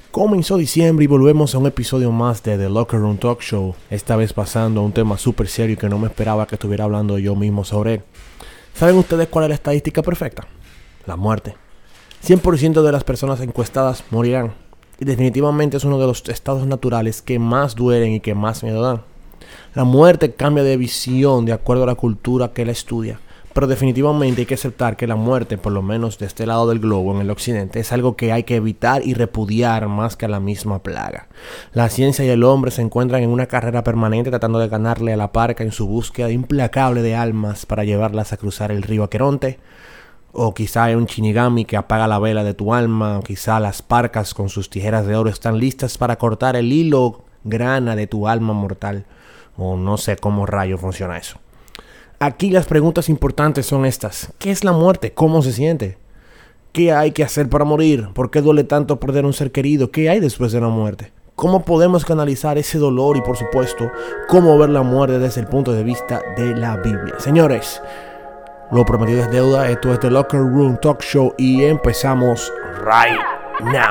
Comenzó diciembre y volvemos a un episodio más de The Locker Room Talk Show. Esta vez pasando a un tema súper serio que no me esperaba que estuviera hablando yo mismo sobre él. ¿Saben ustedes cuál es la estadística perfecta? La muerte. 100% de las personas encuestadas morirán. Y definitivamente es uno de los estados naturales que más duelen y que más miedo dan. La muerte cambia de visión de acuerdo a la cultura que la estudia. Pero definitivamente hay que aceptar que la muerte, por lo menos de este lado del globo, en el occidente, es algo que hay que evitar y repudiar más que a la misma plaga. La ciencia y el hombre se encuentran en una carrera permanente tratando de ganarle a la parca en su búsqueda implacable de almas para llevarlas a cruzar el río Aqueronte. O quizá hay un Shinigami que apaga la vela de tu alma, o quizá las parcas con sus tijeras de oro están listas para cortar el hilo grana de tu alma mortal. O no sé cómo rayo funciona eso. Aquí las preguntas importantes son estas. ¿Qué es la muerte? ¿Cómo se siente? ¿Qué hay que hacer para morir? ¿Por qué duele tanto perder un ser querido? ¿Qué hay después de la muerte? ¿Cómo podemos canalizar ese dolor? Y por supuesto, ¿cómo ver la muerte desde el punto de vista de la Biblia? Señores, lo prometido es deuda. Esto es The Locker Room Talk Show y empezamos right now.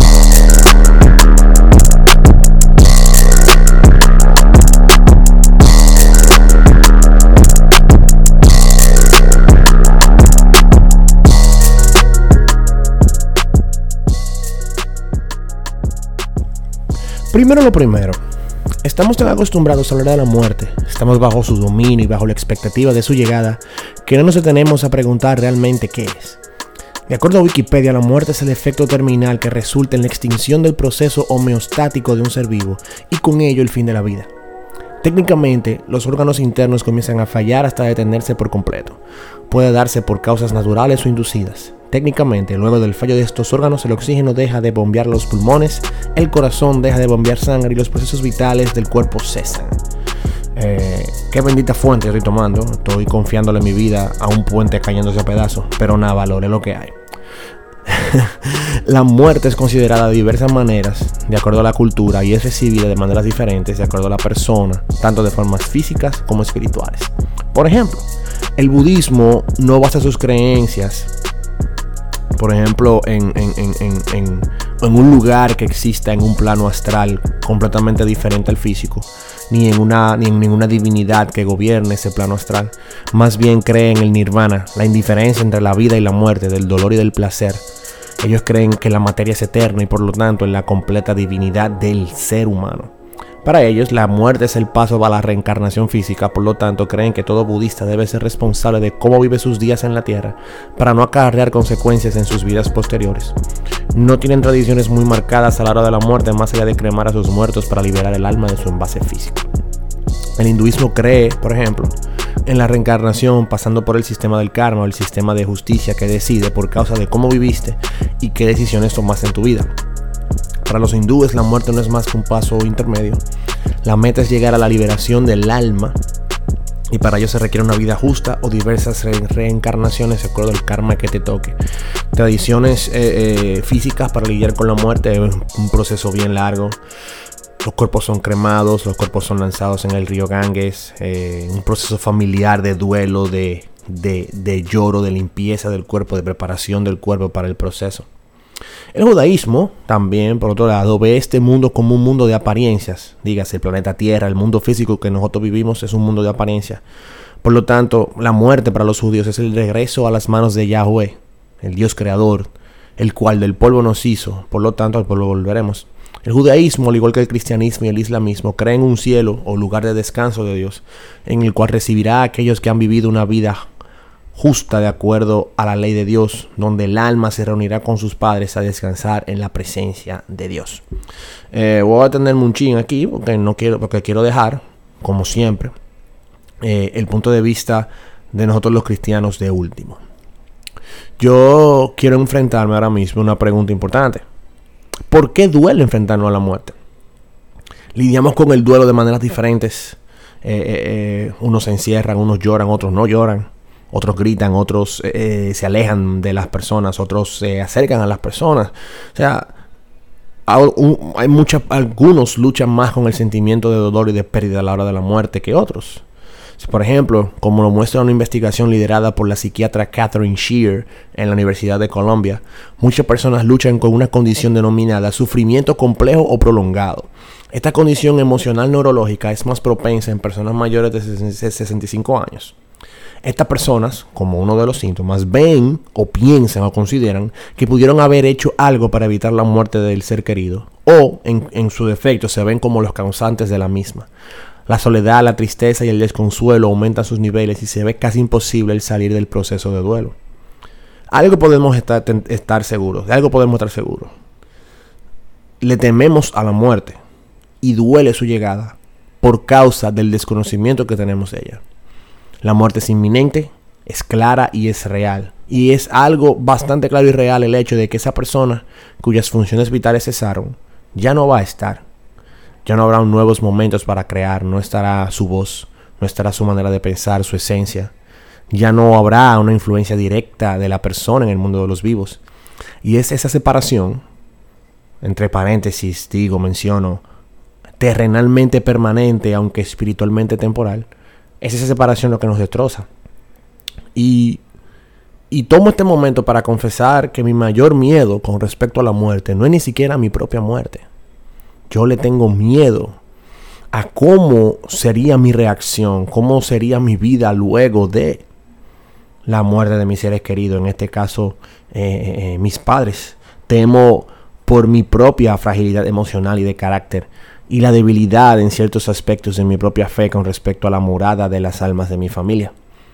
Primero lo primero, estamos tan acostumbrados a hablar de la muerte, estamos bajo su dominio y bajo la expectativa de su llegada, que no nos detenemos a preguntar realmente qué es. De acuerdo a Wikipedia, la muerte es el efecto terminal que resulta en la extinción del proceso homeostático de un ser vivo y con ello el fin de la vida. Técnicamente, los órganos internos comienzan a fallar hasta detenerse por completo. Puede darse por causas naturales o inducidas. Técnicamente, luego del fallo de estos órganos, el oxígeno deja de bombear los pulmones, el corazón deja de bombear sangre y los procesos vitales del cuerpo cesan. Qué bendita fuente estoy tomando. Estoy confiándole mi vida a un puente cayéndose a pedazos, pero nada, valore lo que hay. La muerte es considerada de diversas maneras, de acuerdo a la cultura, y es recibida de maneras diferentes, de acuerdo a la persona, tanto de formas físicas como espirituales. Por ejemplo, el budismo no basa sus creencias, por ejemplo, en un lugar que exista en un plano astral completamente diferente al físico, ni en ninguna divinidad que gobierne ese plano astral. Más bien cree en el nirvana, la indiferencia entre la vida y la muerte, del dolor y del placer. Ellos creen que la materia es eterna y por lo tanto en la completa divinidad del ser humano. Para ellos, la muerte es el paso a la reencarnación física, por lo tanto creen que todo budista debe ser responsable de cómo vive sus días en la tierra para no acarrear consecuencias en sus vidas posteriores. No tienen tradiciones muy marcadas a la hora de la muerte, más allá de cremar a sus muertos para liberar el alma de su envase físico. El hinduismo cree, por ejemplo, en la reencarnación pasando por el sistema del karma o el sistema de justicia que decide por causa de cómo viviste y qué decisiones tomaste en tu vida. Para los hindúes la muerte no es más que un paso intermedio. La meta es llegar a la liberación del alma y para ello se requiere una vida justa o diversas reencarnaciones de acuerdo al karma que te toque. Tradiciones físicas para lidiar con la muerte es un proceso bien largo. Los cuerpos son cremados, los cuerpos son lanzados en el río Ganges, un proceso familiar de duelo, de lloro, de limpieza del cuerpo, de preparación del cuerpo para el proceso. El judaísmo también, por otro lado, ve este mundo como un mundo de apariencias. Dígase, el planeta Tierra, el mundo físico que nosotros vivimos es un mundo de apariencias. Por lo tanto, la muerte para los judíos es el regreso a las manos de Yahweh, el Dios creador, el cual del polvo nos hizo. Por lo tanto, al polvo volveremos. El judaísmo, al igual que el cristianismo y el islamismo, cree en un cielo o lugar de descanso de Dios, en el cual recibirá a aquellos que han vivido una vida justa de acuerdo a la ley de Dios, donde el alma se reunirá con sus padres a descansar en la presencia de Dios. Voy a tener un chin aquí porque quiero dejar, como siempre, el punto de vista de nosotros los cristianos de último. Yo quiero enfrentarme ahora mismo a una pregunta importante. ¿Por qué duele enfrentarnos a la muerte? Lidiamos con el duelo de maneras diferentes. Unos se encierran, unos lloran, otros no lloran. Otros gritan, otros se alejan de las personas, otros se acercan a las personas. O sea, algunos luchan más con el sentimiento de dolor y de pérdida a la hora de la muerte que otros. Por ejemplo, como lo muestra una investigación liderada por la psiquiatra Catherine Shear en la Universidad de Columbia, muchas personas luchan con una condición denominada sufrimiento complejo o prolongado. Esta condición emocional neurológica es más propensa en personas mayores de 65 años. Estas personas, como uno de los síntomas, ven o piensan o consideran que pudieron haber hecho algo para evitar la muerte del ser querido, o en su defecto se ven como los causantes de la misma. La soledad, la tristeza y el desconsuelo aumentan sus niveles y se ve casi imposible el salir del proceso de duelo. Algo podemos estar seguros, de algo podemos estar seguros. Le tememos a la muerte y duele su llegada por causa del desconocimiento que tenemos de ella. La muerte es inminente, es clara y es real. Y es algo bastante claro y real el hecho de que esa persona cuyas funciones vitales cesaron ya no va a estar. Ya no habrá nuevos momentos para crear, no estará su voz, no estará su manera de pensar, su esencia. Ya no habrá una influencia directa de la persona en el mundo de los vivos. Y es esa separación, entre paréntesis, menciono, terrenalmente permanente, aunque espiritualmente temporal, es esa separación lo que nos destroza. Y tomo este momento para confesar que mi mayor miedo con respecto a la muerte no es ni siquiera mi propia muerte. Yo le tengo miedo a cómo sería mi reacción, cómo sería mi vida luego de la muerte de mis seres queridos, en este caso mis padres. Temo por mi propia fragilidad emocional y de carácter y la debilidad en ciertos aspectos de mi propia fe con respecto a la morada de las almas de mi familia.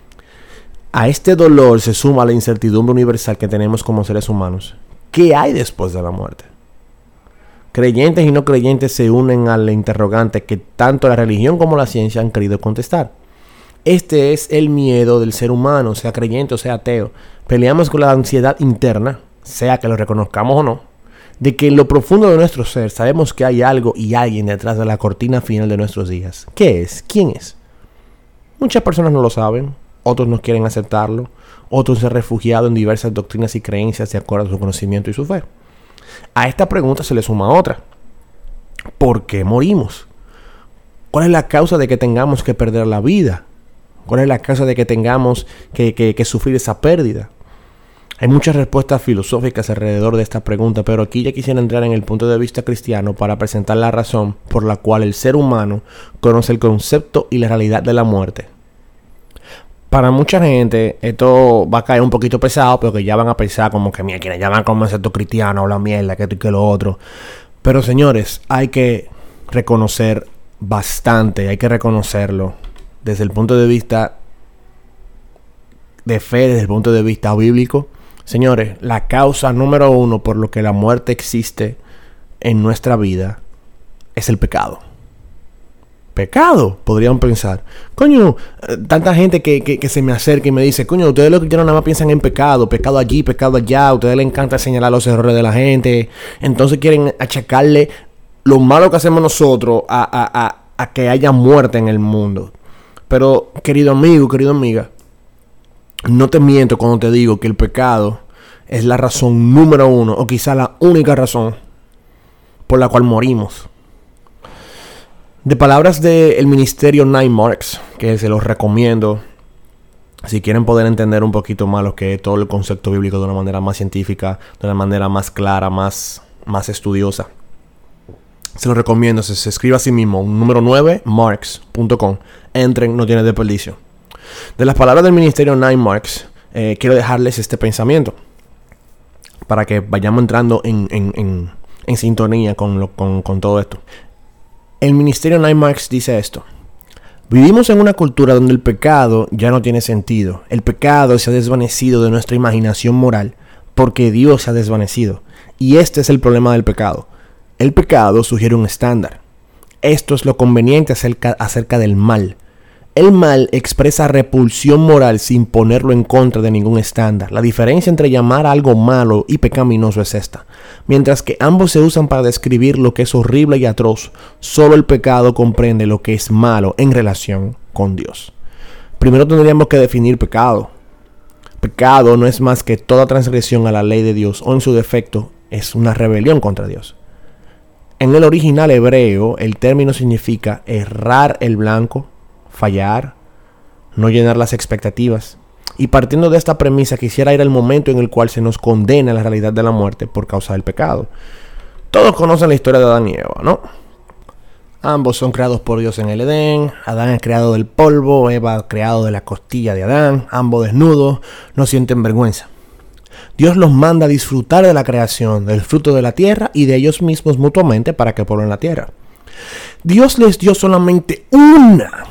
A este dolor se suma la incertidumbre universal que tenemos como seres humanos. ¿Qué hay después de la muerte? Creyentes y no creyentes se unen al interrogante que tanto la religión como la ciencia han querido contestar. Este es el miedo del ser humano, sea creyente o sea ateo. Peleamos con la ansiedad interna, sea que lo reconozcamos o no, de que en lo profundo de nuestro ser sabemos que hay algo y alguien detrás de la cortina final de nuestros días. ¿Qué es? ¿Quién es? Muchas personas no lo saben, otros no quieren aceptarlo, otros se han refugiado en diversas doctrinas y creencias de acuerdo a su conocimiento y su fe. A esta pregunta se le suma otra. ¿Por qué morimos? ¿Cuál es la causa de que tengamos que perder la vida? ¿Cuál es la causa de que tengamos que sufrir esa pérdida? Hay muchas respuestas filosóficas alrededor de esta pregunta, pero aquí ya quisiera entrar en el punto de vista cristiano para presentar la razón por la cual el ser humano conoce el concepto y la realidad de la muerte. Para mucha gente esto va a caer un poquito pesado, pero que ya van a pensar como que mira, ya van a comenzar estos cristianos, hablan mierda, que esto y que lo otro. Pero señores, hay que reconocer bastante, hay que reconocerlo desde el punto de vista de fe, desde el punto de vista bíblico. Señores, la causa número uno por lo que la muerte existe en nuestra vida es el pecado. Pecado, podrían pensar. Coño, tanta gente que se me acerca y me dice, coño, ustedes los cristianos nada más piensan en pecado, pecado allí, pecado allá, a ustedes les encanta señalar los errores de la gente, entonces quieren achacarle lo malo que hacemos nosotros a que haya muerte en el mundo. Pero, querido amigo, querida amiga, no te miento cuando te digo que el pecado es la razón número uno, o quizá la única razón por la cual morimos. De palabras del ministerio Nine Marks, que se los recomiendo si quieren poder entender un poquito más lo que es todo el concepto bíblico de una manera más científica, de una manera más clara, más estudiosa. Se los recomiendo, se escribe así mismo, número 9, marks.com. Entren, no tiene desperdicio. De las palabras del ministerio Nine Marks, quiero dejarles este pensamiento para que vayamos entrando en sintonía con todo esto. El ministerio Nine Marks dice esto: vivimos en una cultura donde el pecado ya no tiene sentido. El pecado se ha desvanecido de nuestra imaginación moral porque Dios se ha desvanecido. Y este es el problema del pecado. El pecado sugiere un estándar. Esto es lo conveniente acerca del mal. El mal expresa repulsión moral sin ponerlo en contra de ningún estándar. La diferencia entre llamar a algo malo y pecaminoso es esta. Mientras que ambos se usan para describir lo que es horrible y atroz, solo el pecado comprende lo que es malo en relación con Dios. Primero tendríamos que definir pecado. Pecado no es más que toda transgresión a la ley de Dios, o en su defecto es una rebelión contra Dios. En el original hebreo, el término significa errar el blanco, fallar, no llenar las expectativas. Y partiendo de esta premisa, quisiera ir al momento en el cual se nos condena la realidad de la muerte por causa del pecado. Todos conocen la historia de Adán y Eva, ¿no? Ambos son creados por Dios en el Edén. Adán es creado del polvo, Eva creado de la costilla de Adán. Ambos desnudos, no sienten vergüenza. Dios los manda a disfrutar de la creación, del fruto de la tierra y de ellos mismos mutuamente para que pueblen la tierra. Dios les dio solamente una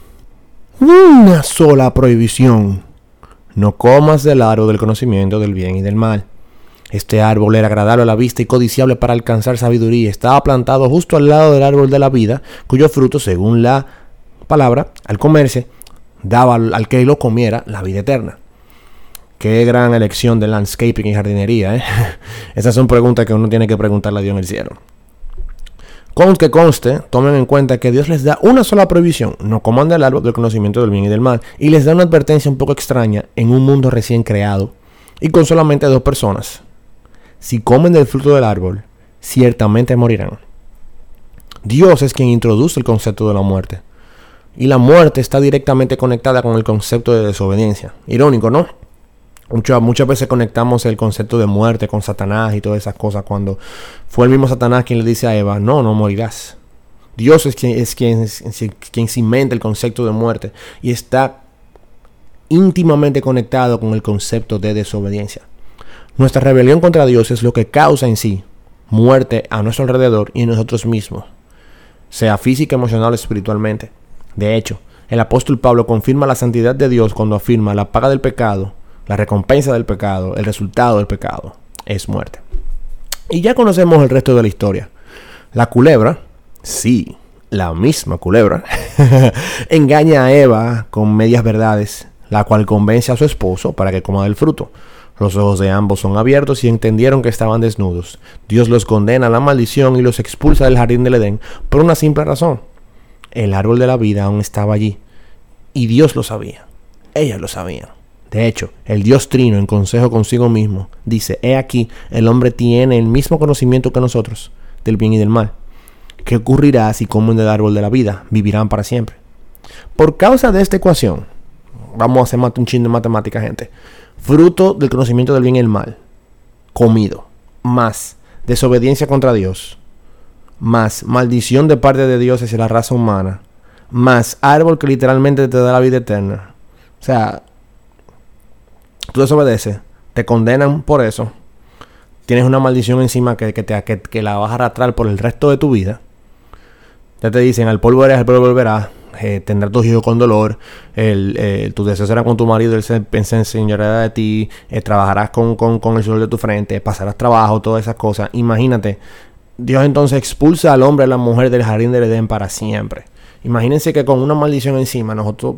sola prohibición: no comas del árbol del conocimiento del bien y del mal. Este árbol era agradable a la vista y codiciable para alcanzar sabiduría. Estaba plantado justo al lado del árbol de la vida, cuyo fruto, según la palabra, al comerse, daba al que lo comiera la vida eterna. Qué gran elección de landscaping y jardinería, ¿eh? Esas son preguntas que uno tiene que preguntarle a Dios en el cielo. Conste, tomen en cuenta que Dios les da una sola prohibición: no coman del árbol del conocimiento del bien y del mal. Y les da una advertencia un poco extraña en un mundo recién creado y con solamente 2 personas. Si comen del fruto del árbol, ciertamente morirán. Dios es quien introduce el concepto de la muerte. Y la muerte está directamente conectada con el concepto de desobediencia. Irónico, ¿no? Muchas veces conectamos el concepto de muerte con Satanás y todas esas cosas, cuando fue el mismo Satanás quien le dice a Eva: no morirás. Dios es quien cimenta el concepto de muerte y está íntimamente conectado con el concepto de desobediencia. Nuestra rebelión contra Dios es lo que causa en sí muerte a nuestro alrededor y en nosotros mismos, sea física, emocional o espiritualmente. De hecho, el apóstol Pablo confirma la santidad de Dios cuando afirma: la paga del pecado, la recompensa del pecado, el resultado del pecado es muerte. Y ya conocemos el resto de la historia. La culebra, sí, la misma culebra, engaña a Eva con medias verdades, la cual convence a su esposo para que coma del fruto. Los ojos de ambos son abiertos y entendieron que estaban desnudos. Dios los condena a la maldición y los expulsa del jardín del Edén por una simple razón: el árbol de la vida aún estaba allí. Y Dios lo sabía. Ellos lo sabían. De hecho, el Dios Trino, en consejo consigo mismo, dice: he aquí, el hombre tiene el mismo conocimiento que nosotros, del bien y del mal. ¿Qué ocurrirá si comen del árbol de la vida? Vivirán para siempre. Por causa de esta ecuación, vamos a hacer un chin de matemática, gente. Fruto del conocimiento del bien y el mal, comido, más desobediencia contra Dios, más maldición de parte de Dios hacia la raza humana, más árbol que literalmente te da la vida eterna. O sea, tú desobedeces, te condenan por eso, tienes una maldición encima que la vas a arrastrar por el resto de tu vida. Ya te dicen: al polvo eres, al polvo volverás. Tendrás tus hijos con dolor, tu deseo será con tu marido, él se enseñoreará de ti, trabajarás con el sudor de tu frente, pasarás trabajo, todas esas cosas. Imagínate, Dios entonces expulsa al hombre y a la mujer del jardín del Edén para siempre. Imagínense que con una maldición encima nosotros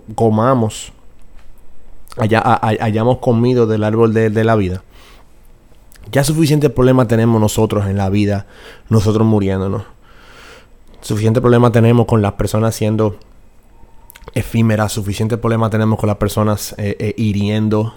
hayamos comido del árbol de la vida. Ya suficiente problema tenemos nosotros en la vida, nosotros muriéndonos. Suficiente problema tenemos con las personas siendo efímeras, suficiente problema tenemos con las personas hiriendo,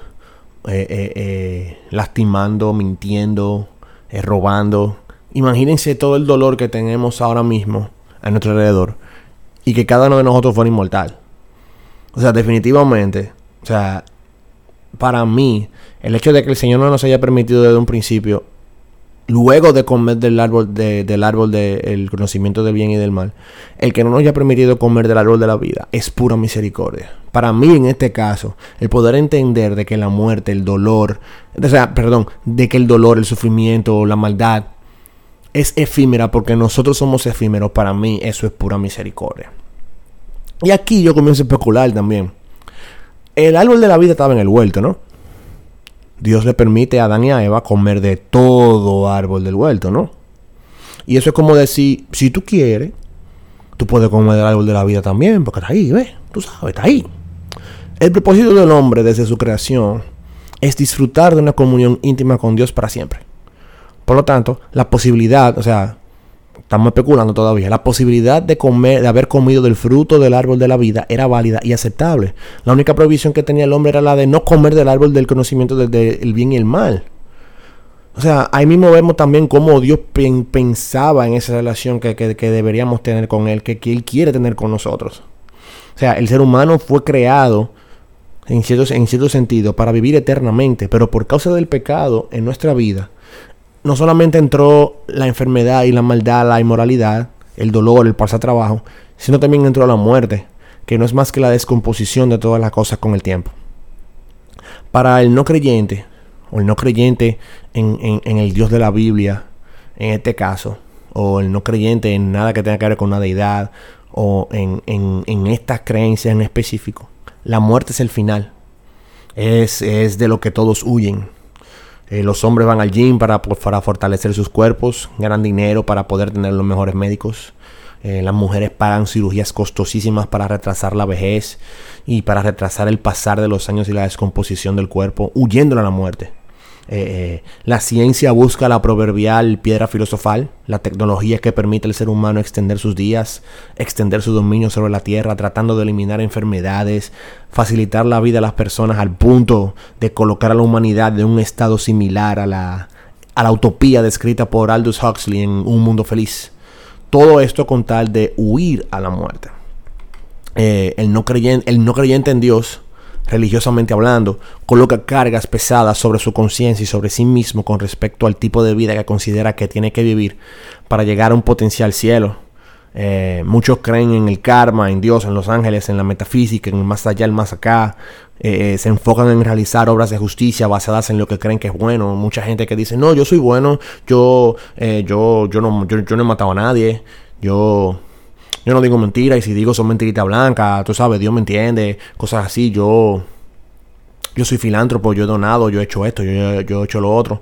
lastimando, mintiendo, robando. Imagínense todo el dolor que tenemos ahora mismo a nuestro alrededor y que cada uno de nosotros fuera inmortal. O sea, definitivamente, o sea, para mí, el hecho de que el Señor no nos haya permitido desde un principio, luego de comer del árbol del conocimiento del bien y del mal, el que no nos haya permitido comer del árbol de la vida es pura misericordia. Para mí, en este caso, el poder entender de que la muerte, el dolor, de que el dolor, el sufrimiento, la maldad es efímera porque nosotros somos efímeros, para mí eso es pura misericordia. Y aquí yo comienzo a especular también. El árbol de la vida estaba en el huerto, ¿no? Dios le permite a Adán y a Eva comer de todo árbol del huerto, ¿no? Y eso es como decir: si tú quieres, tú puedes comer del árbol de la vida también, porque está ahí, ¿ves? Tú sabes, está ahí. El propósito del hombre desde su creación es disfrutar de una comunión íntima con Dios para siempre. Por lo tanto, la posibilidad, o sea, estamos especulando todavía, la posibilidad de haber comido del fruto del árbol de la vida era válida y aceptable. La única prohibición que tenía el hombre era la de no comer del árbol del conocimiento del bien y el mal. O sea, ahí mismo vemos también cómo Dios pensaba en esa relación que deberíamos tener con Él, que Él quiere tener con nosotros. O sea, el ser humano fue creado en cierto sentido, para vivir eternamente, pero por causa del pecado en nuestra vida, no solamente entró la enfermedad y la maldad, la inmoralidad, el dolor, el pasar trabajo, sino también entró la muerte, que no es más que la descomposición de todas las cosas con el tiempo. Para el no creyente, o el no creyente en el Dios de la Biblia, en este caso, o el no creyente en nada que tenga que ver con una deidad, o en estas creencias en específico, la muerte es el final. Es de lo que todos huyen. Los hombres van al gym para fortalecer sus cuerpos, ganan dinero para poder tener los mejores médicos. Las mujeres pagan cirugías costosísimas para retrasar la vejez y para retrasar el pasar de los años y la descomposición del cuerpo, huyendo a la muerte. La ciencia busca la proverbial piedra filosofal, la tecnología que permite al ser humano extender sus días, extender su dominio sobre la tierra, tratando de eliminar enfermedades, facilitar la vida a las personas al punto de colocar a la humanidad en un estado similar a la utopía descrita por Aldous Huxley en Un Mundo Feliz. Todo esto con tal de huir a la muerte. El no creyente en Dios, religiosamente hablando, coloca cargas pesadas sobre su conciencia y sobre sí mismo con respecto al tipo de vida que considera que tiene que vivir para llegar a un potencial cielo. Muchos creen en el karma, en Dios, en los ángeles, en la metafísica, en el más allá, el más acá. Se enfocan en realizar obras de justicia basadas en lo que creen que es bueno. Mucha gente que dice, no, yo soy bueno, yo no he matado a nadie, yo no digo mentiras, y si digo son mentiritas blancas, tú sabes, Dios me entiende, cosas así. Yo soy filántropo, yo he donado, yo he hecho esto, yo he hecho lo otro.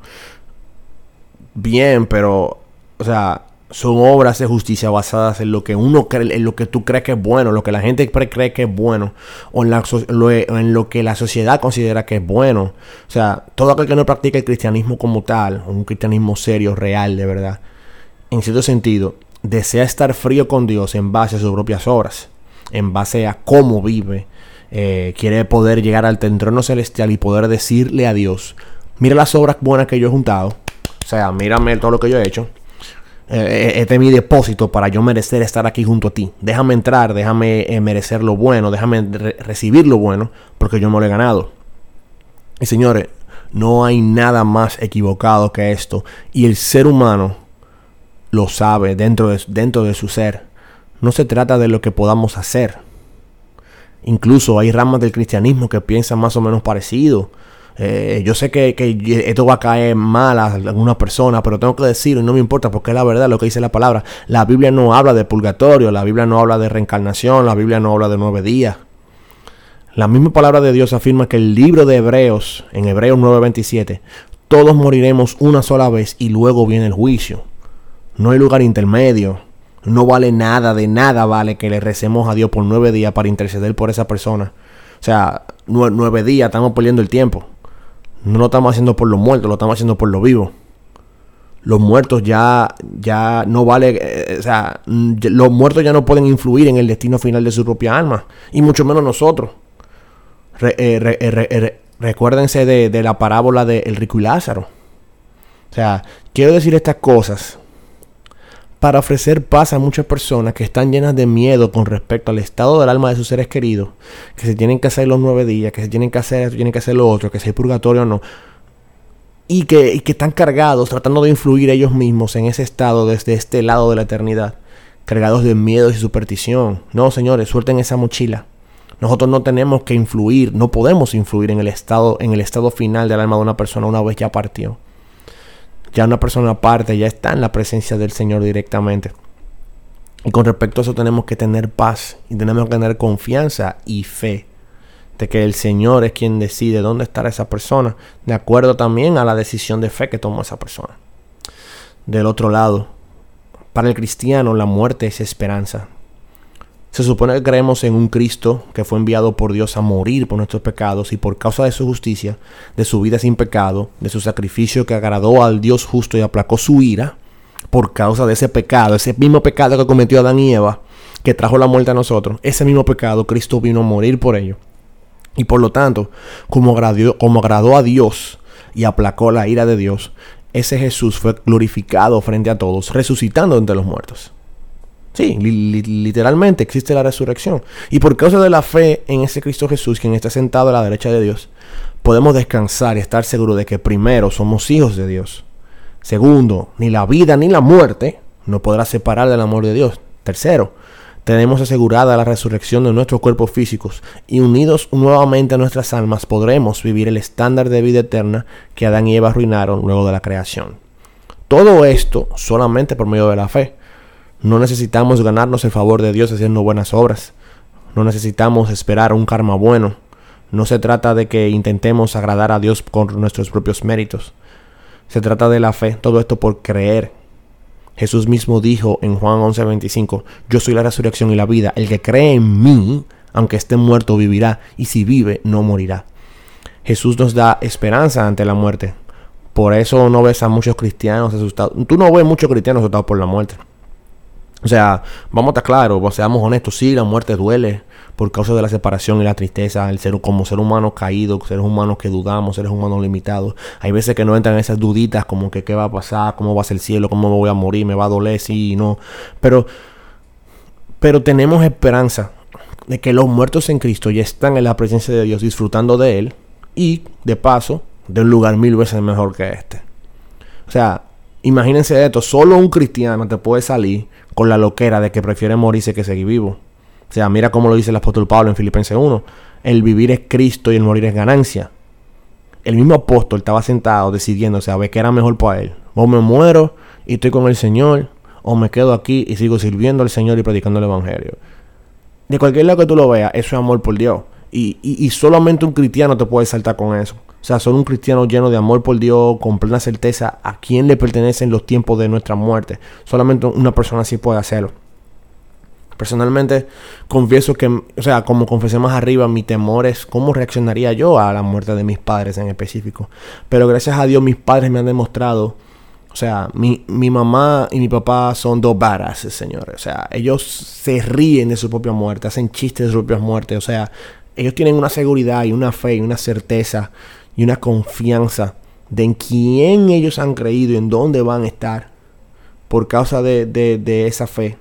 Bien, pero, o sea, son obras de justicia basadas en lo que uno cree, en lo que tú crees que es bueno, lo que la gente cree que es bueno, o en lo que la sociedad considera que es bueno. O sea, todo aquel que no practica el cristianismo como tal, un cristianismo serio, real, de verdad, en cierto sentido, desea estar frío con Dios en base a sus propias obras, en base a cómo vive. Quiere poder llegar al trono celestial y poder decirle a Dios, mira las obras buenas que yo he juntado, o sea, mírame todo lo que yo he hecho. Este es mi depósito para yo merecer estar aquí junto a ti. Déjame entrar, déjame merecer lo bueno, déjame recibir lo bueno, porque yo me lo he ganado. Y señores, no hay nada más equivocado que esto. Y el ser humano lo sabe dentro de su ser. No se trata de lo que podamos hacer. Incluso hay ramas del cristianismo que piensan más o menos parecido. Yo sé que esto va a caer mal a algunas personas, pero tengo que decirlo y no me importa porque es la verdad lo que dice la palabra. La Biblia no habla de purgatorio, la Biblia no habla de reencarnación, la Biblia no habla de 9 días. La misma palabra de Dios afirma que el libro de Hebreos, en Hebreos 9:27, todos moriremos una sola vez y luego viene el juicio. No hay lugar intermedio. No vale nada, de nada vale que le recemos a Dios por 9 días para interceder por esa persona. O sea, 9 días estamos perdiendo el tiempo. No lo estamos haciendo por los muertos, lo estamos haciendo por los vivos. Los muertos ya no vale, los muertos ya no pueden influir en el destino final de su propia alma, y mucho menos nosotros. Recuérdense de la parábola de el rico y Lázaro. O sea, quiero decir estas cosas para ofrecer paz a muchas personas que están llenas de miedo con respecto al estado del alma de sus seres queridos, que se tienen que hacer los 9 días, que se tienen que hacer esto, tienen que hacer lo otro, que si hay purgatorio o no, y que están cargados, tratando de influir ellos mismos en ese estado desde este lado de la eternidad, cargados de miedo y superstición. No, señores, suelten esa mochila. Nosotros no tenemos que influir, no podemos influir en el estado final del alma de una persona una vez ya partió. Ya una persona aparte ya está en la presencia del Señor directamente. Y con respecto a eso tenemos que tener paz y tenemos que tener confianza y fe de que el Señor es quien decide dónde estará esa persona, de acuerdo también a la decisión de fe que tomó esa persona. Del otro lado, para el cristiano la muerte es esperanza. Se supone que creemos en un Cristo que fue enviado por Dios a morir por nuestros pecados y por causa de su justicia, de su vida sin pecado, de su sacrificio que agradó al Dios justo y aplacó su ira, por causa de ese pecado, ese mismo pecado que cometió Adán y Eva, que trajo la muerte a nosotros, ese mismo pecado Cristo vino a morir por ello. Y por lo tanto, como agradó a Dios y aplacó la ira de Dios, ese Jesús fue glorificado frente a todos, resucitando entre los muertos. O Sí, literalmente existe la resurrección. Y por causa de la fe en ese Cristo Jesús, quien está sentado a la derecha de Dios, podemos descansar y estar seguros de que primero somos hijos de Dios. Segundo, ni la vida ni la muerte nos podrá separar del amor de Dios. Tercero, tenemos asegurada la resurrección de nuestros cuerpos físicos y unidos nuevamente a nuestras almas podremos vivir el estándar de vida eterna que Adán y Eva arruinaron luego de la creación. Todo esto solamente por medio de la fe. No necesitamos ganarnos el favor de Dios haciendo buenas obras. No necesitamos esperar un karma bueno. No se trata de que intentemos agradar a Dios con nuestros propios méritos. Se trata de la fe, todo esto por creer. Jesús mismo dijo en Juan 11:25, yo soy la resurrección y la vida. El que cree en mí, aunque esté muerto, vivirá. Y si vive, no morirá. Jesús nos da esperanza ante la muerte. Por eso no ves a muchos cristianos asustados. Tú no ves muchos cristianos asustados por la muerte. O sea, vamos a estar claros, seamos honestos, sí, la muerte duele por causa de la separación y la tristeza, como ser humano caído, seres humanos que dudamos, seres humanos limitados. Hay veces que nos entran esas duditas como que qué va a pasar, cómo va a ser el cielo, cómo me voy a morir, me va a doler, sí, no. Pero tenemos esperanza de que los muertos en Cristo ya están en la presencia de Dios disfrutando de Él y, de paso, de un lugar 1000 veces mejor que este. O sea, imagínense esto, solo un cristiano te puede salir con la loquera de que prefiere morirse que seguir vivo. O sea, mira cómo lo dice el apóstol Pablo en Filipenses 1. El vivir es Cristo y el morir es ganancia. El mismo apóstol estaba sentado decidiendo, a ver qué era mejor para él. O me muero y estoy con el Señor, o me quedo aquí y sigo sirviendo al Señor y predicando el Evangelio. De cualquier lado que tú lo veas, eso es amor por Dios. Y solamente un cristiano te puede saltar con eso. O sea, solo un cristiano lleno de amor por Dios, con plena certeza a quién le pertenecen los tiempos de nuestra muerte. Solamente una persona así puede hacerlo. Personalmente, confieso que, o sea, como confesé más arriba, mi temor es cómo reaccionaría yo a la muerte de mis padres en específico. Pero gracias a Dios, mis padres me han demostrado, o sea, mi mamá y mi papá son dos badasses, señores. O sea, ellos se ríen de su propia muerte, hacen chistes de sus propias muertes. O sea, ellos tienen una seguridad y una fe y una certeza y una confianza de en quién ellos han creído y en dónde van a estar por causa de esa fe.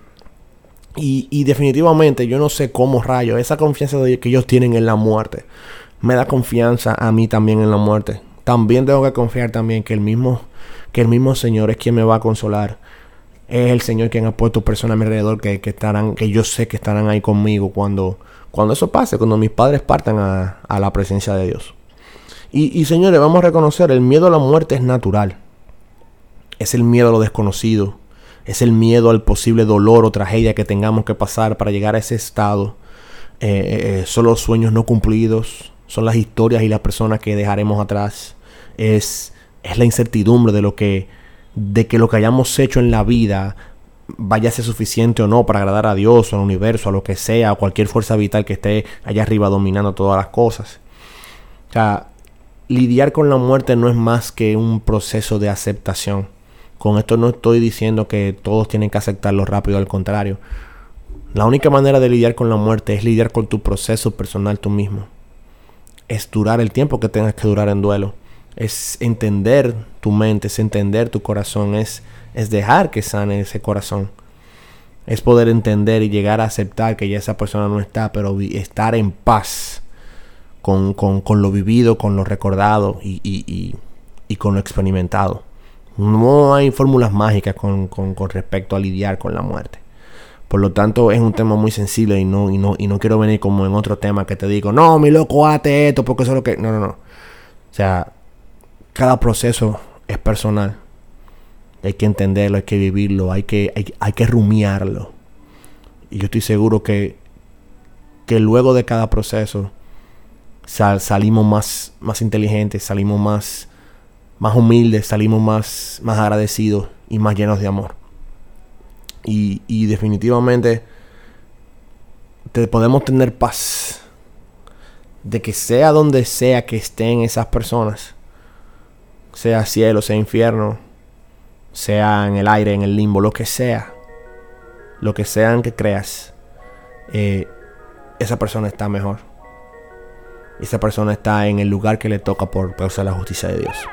Y definitivamente yo no sé cómo rayos esa confianza que ellos tienen en la muerte me da confianza a mí también en la muerte. También tengo que confiar también que el mismo Señor es quien me va a consolar. Es el Señor quien ha puesto personas a mi alrededor que yo sé que estarán ahí conmigo cuando eso pase, cuando mis padres partan a la presencia de Dios. Y señores, vamos a reconocer, el miedo a la muerte es natural. Es el miedo a lo desconocido. Es el miedo al posible dolor o tragedia que tengamos que pasar para llegar a ese estado. Son los sueños no cumplidos. Son las historias y las personas que dejaremos atrás. Es la incertidumbre de que lo que hayamos hecho en la vida vaya a ser suficiente o no para agradar a Dios o al universo, a lo que sea, o cualquier fuerza vital que esté allá arriba dominando todas las cosas. O sea, lidiar con la muerte no es más que un proceso de aceptación. Con esto no estoy diciendo que todos tienen que aceptarlo rápido, al contrario. La única manera de lidiar con la muerte es lidiar con tu proceso personal tú mismo. Es durar el tiempo que tengas que durar en duelo. Es entender tu mente, es entender tu corazón, es dejar que sane ese corazón. Es poder entender y llegar a aceptar que ya esa persona no está, pero estar en paz con lo vivido, con lo recordado y con lo experimentado. No hay fórmulas mágicas con respecto a lidiar con la muerte. Por lo tanto, es un tema muy sensible y no quiero venir como en otro tema que te digo, no, mi loco, hazte esto porque eso es lo que... No. O sea, cada proceso es personal. Hay que entenderlo, hay que vivirlo, hay que rumiarlo. Y yo estoy seguro que luego de cada proceso salimos más inteligentes, salimos más humildes, salimos más agradecidos y más llenos de amor. Y definitivamente podemos tener paz de que sea donde sea que estén esas personas, sea cielo, sea infierno, sea en el aire, en el limbo, lo que sean que creas, esa persona está mejor. Esa persona está en el lugar que le toca por causa de la justicia de Dios.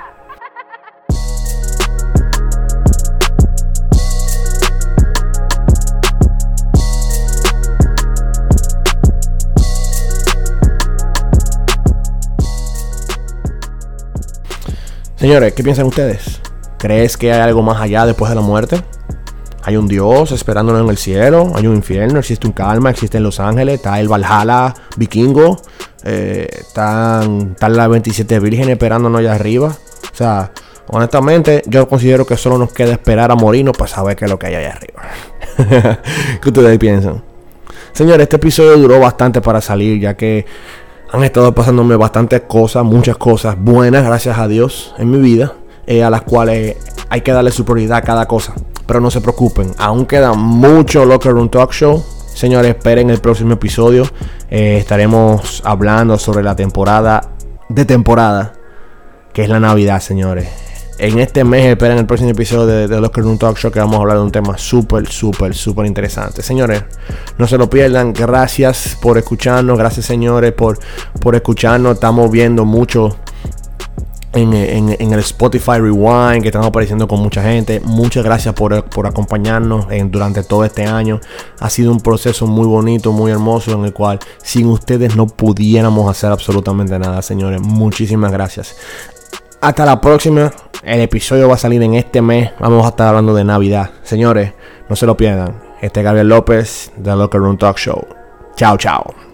Señores, ¿qué piensan ustedes? ¿Crees que hay algo más allá después de la muerte? ¿Hay un Dios esperándonos en el cielo? ¿Hay un infierno? ¿Existe un karma? ¿Existen los ángeles? ¿Está el Valhalla vikingo? ¿Están las 27 vírgenes esperándonos allá arriba? O sea, honestamente, yo considero que solo nos queda esperar a morirnos para saber qué es lo que hay allá arriba. ¿Qué ustedes piensan? Señores, este episodio duró bastante para salir, ya que han estado pasándome bastantes cosas, muchas cosas buenas, gracias a Dios, en mi vida, a las cuales hay que darle su prioridad a cada cosa. Pero no se preocupen, aún queda mucho Locker Room Talk Show. Señores, esperen el próximo episodio. Estaremos hablando sobre la temporada, que es la Navidad, señores. En este mes esperen el próximo episodio de Locker Room Talk Show, que vamos a hablar de un tema súper interesante. Señores, no se lo pierdan. Gracias por escucharnos. Gracias, señores, por escucharnos. Estamos viendo mucho en el Spotify Rewind, que estamos apareciendo con mucha gente. Muchas gracias por acompañarnos durante todo este año. Ha sido un proceso muy bonito, muy hermoso, en el cual sin ustedes no pudiéramos hacer absolutamente nada, señores. Muchísimas gracias. Hasta la próxima. El episodio va a salir en este mes. Vamos a estar hablando de Navidad. Señores, no se lo pierdan. Este es Gabriel López de Locker Room Talk Show. Chao.